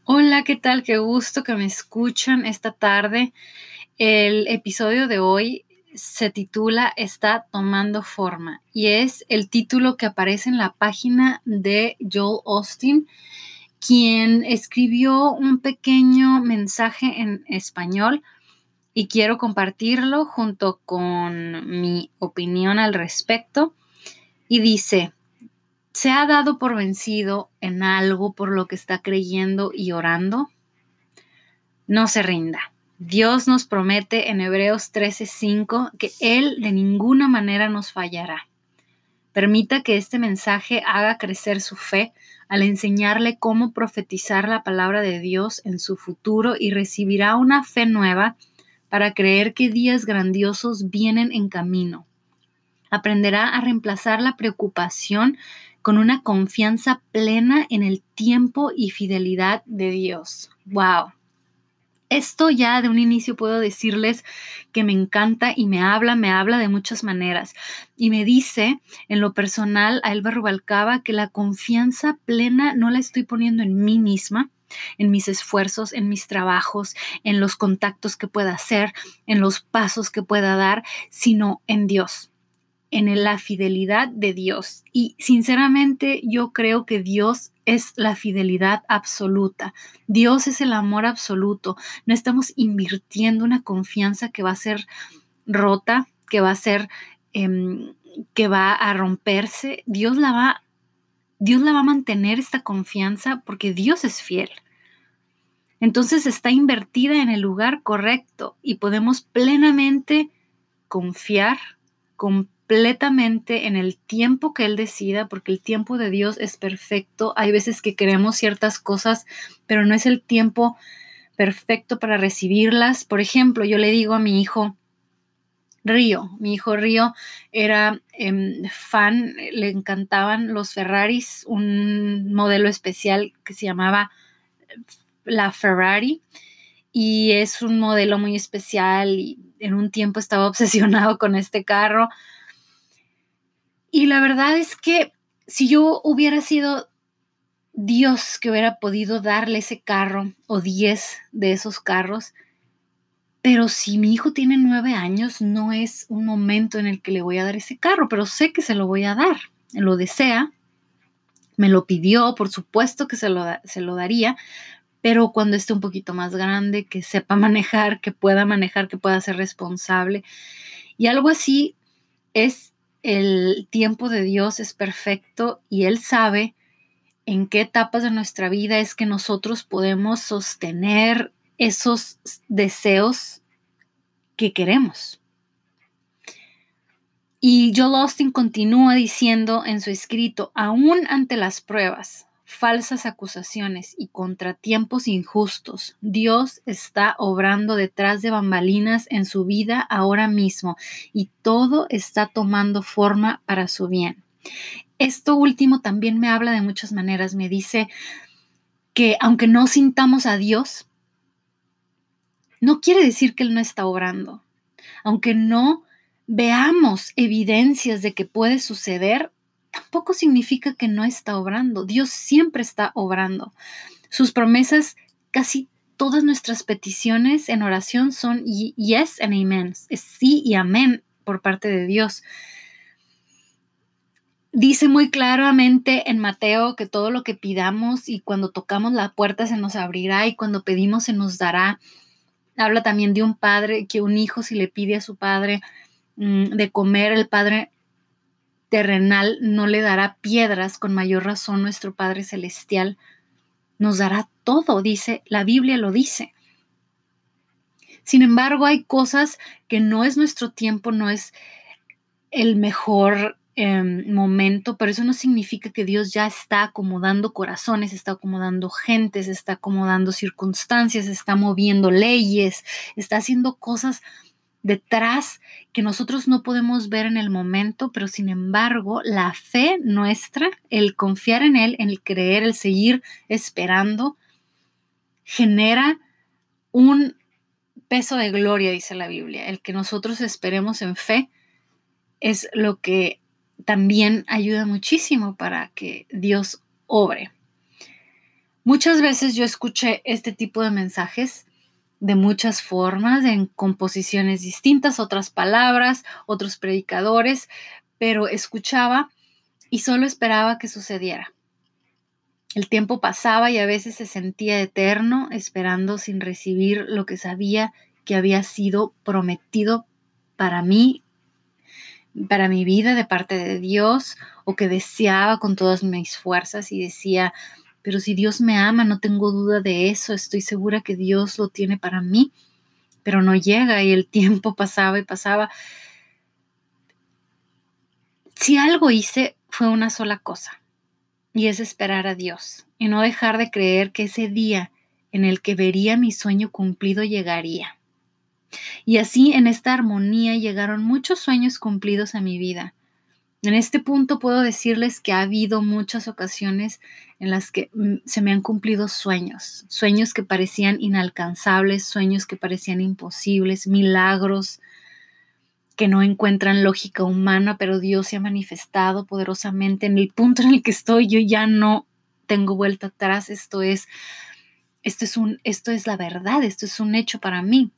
Hola, ¿qué tal? Qué gusto que me escuchan esta tarde. El episodio de hoy se titula Está tomando forma y es el título que aparece en la página de Joel Austin, quien escribió un pequeño mensaje en español y quiero compartirlo junto con mi opinión al respecto. Y dice: ¿se ha dado por vencido en algo por lo que está creyendo y orando? No se rinda. Dios nos promete en Hebreos 13:5 que Él de ninguna manera nos fallará. Permita que este mensaje haga crecer su fe al enseñarle cómo profetizar la palabra de Dios en su futuro y recibirá una fe nueva para creer que días grandiosos vienen en camino. Aprenderá a reemplazar la preocupación con una confianza plena en el tiempo y fidelidad de Dios. ¡Wow! Esto ya de un inicio puedo decirles que me encanta y me habla de muchas maneras. Y me dice, en lo personal, a Elba Rubalcaba, que la confianza plena no la estoy poniendo en mí misma, en mis esfuerzos, en mis trabajos, en los contactos que pueda hacer, en los pasos que pueda dar, sino en Dios, en la fidelidad de Dios. Y sinceramente yo creo que Dios es la fidelidad absoluta. Dios es el amor absoluto. No estamos invirtiendo una confianza que va a ser rota, que va a ser, que va a romperse. Dios la va a mantener esta confianza porque Dios es fiel. Entonces está invertida en el lugar correcto y podemos plenamente confiar completamente en el tiempo que Él decida, porque el tiempo de Dios es perfecto. Hay veces que queremos ciertas cosas, pero no es el tiempo perfecto para recibirlas. Por ejemplo, yo le digo a mi hijo Río era fan, le encantaban los Ferraris, un modelo especial que se llamaba la Ferrari, y es un modelo muy especial y en un tiempo estaba obsesionado con este carro. Y la verdad es que si yo hubiera sido Dios que hubiera podido darle ese carro o 10 de esos carros, pero si mi hijo tiene 9 años, no es un momento en el que le voy a dar ese carro, pero sé que se lo voy a dar. Lo desea, me lo pidió, por supuesto que se lo daría, pero cuando esté un poquito más grande, que sepa manejar, que pueda ser responsable. Y algo así es el tiempo de Dios, es perfecto y Él sabe en qué etapas de nuestra vida es que nosotros podemos sostener esos deseos que queremos. Y Joel Austin continúa diciendo en su escrito: aún ante las pruebas, falsas acusaciones y contratiempos injustos, Dios está obrando detrás de bambalinas en su vida ahora mismo y todo está tomando forma para su bien. Esto último también me habla de muchas maneras. Me dice que aunque no sintamos a Dios, no quiere decir que Él no está obrando. Aunque no veamos evidencias de que puede suceder, tampoco significa que no está obrando. Dios siempre está obrando. Sus promesas, casi todas nuestras peticiones en oración son yes and amen. Es sí y amén por parte de Dios. Dice muy claramente en Mateo que todo lo que pidamos y cuando tocamos la puerta se nos abrirá y cuando pedimos se nos dará. Habla también de un padre, que un hijo si le pide a su padre de comer, el Padre terrenal no le dará piedras, con mayor razón nuestro Padre celestial nos dará todo, dice, la Biblia lo dice. Sin embargo, hay cosas que no es nuestro tiempo, no es el mejor momento, pero eso no significa que Dios ya está acomodando corazones, está acomodando gentes, está acomodando circunstancias, está moviendo leyes, está haciendo cosas detrás que nosotros no podemos ver en el momento, pero sin embargo, la fe nuestra, el confiar en Él, el creer, el seguir esperando, genera un peso de gloria, dice la Biblia. El que nosotros esperemos en fe es lo que también ayuda muchísimo para que Dios obre. Muchas veces yo escuché este tipo de mensajes de muchas formas, en composiciones distintas, otras palabras, otros predicadores, pero escuchaba y solo esperaba que sucediera. El tiempo pasaba y a veces se sentía eterno, esperando sin recibir lo que sabía que había sido prometido para mí, para mi vida de parte de Dios, o que deseaba con todas mis fuerzas y decía, pero si Dios me ama, no tengo duda de eso, estoy segura que Dios lo tiene para mí, pero no llega y el tiempo pasaba y pasaba. Si algo hice, fue una sola cosa, y es esperar a Dios y no dejar de creer que ese día en el que vería mi sueño cumplido llegaría. Y así en esta armonía llegaron muchos sueños cumplidos a mi vida. En este punto puedo decirles que ha habido muchas ocasiones en las que se me han cumplido sueños, sueños que parecían inalcanzables, sueños que parecían imposibles, milagros que no encuentran lógica humana, pero Dios se ha manifestado poderosamente. En el punto en el que estoy, yo ya no tengo vuelta atrás. Esto es la verdad, esto es un hecho para mí.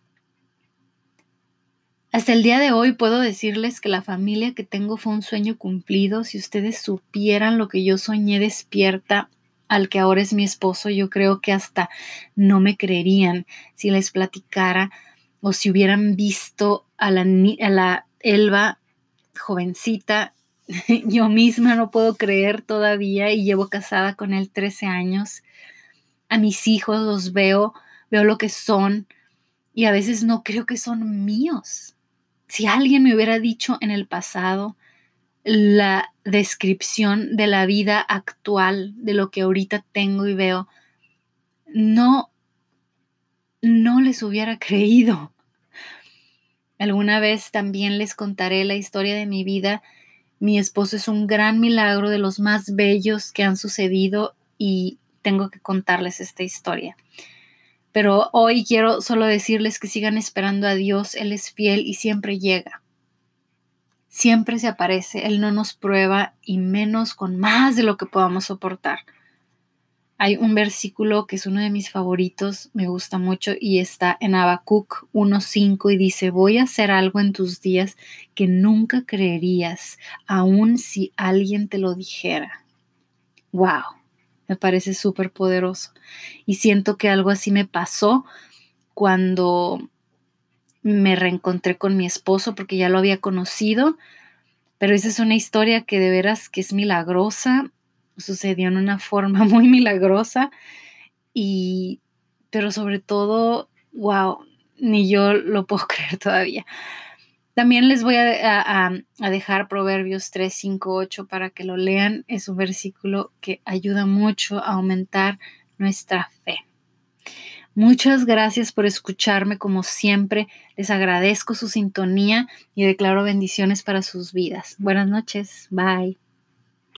Hasta el día de hoy puedo decirles que la familia que tengo fue un sueño cumplido. Si ustedes supieran lo que yo soñé despierta al que ahora es mi esposo, yo creo que hasta no me creerían si les platicara o si hubieran visto a la Elba jovencita. Yo misma no puedo creer todavía y llevo casada con él 13 años. A mis hijos los veo lo que son y a veces no creo que son míos. Si alguien me hubiera dicho en el pasado la descripción de la vida actual, de lo que ahorita tengo y veo, no les hubiera creído. Alguna vez también les contaré la historia de mi vida. Mi esposo es un gran milagro, de los más bellos que han sucedido, y tengo que contarles esta historia. Pero hoy quiero solo decirles que sigan esperando a Dios. Él es fiel y siempre llega. Siempre se aparece. Él no nos prueba, y menos con más de lo que podamos soportar. Hay un versículo que es uno de mis favoritos, me gusta mucho, y está en Habacuc 1:5 y dice: voy a hacer algo en tus días que nunca creerías, aun si alguien te lo dijera. ¡Wow! Me parece súper poderoso. Y siento que algo así me pasó cuando me reencontré con mi esposo, porque ya lo había conocido, pero esa es una historia que de veras que es milagrosa. Sucedió en una forma muy milagrosa, pero sobre todo, wow, ni yo lo puedo creer todavía. También les voy a dejar Proverbios 3, 5, 8 para que lo lean. Es un versículo que ayuda mucho a aumentar nuestra fe. Muchas gracias por escucharme como siempre. Les agradezco su sintonía y declaro bendiciones para sus vidas. Buenas noches. Bye.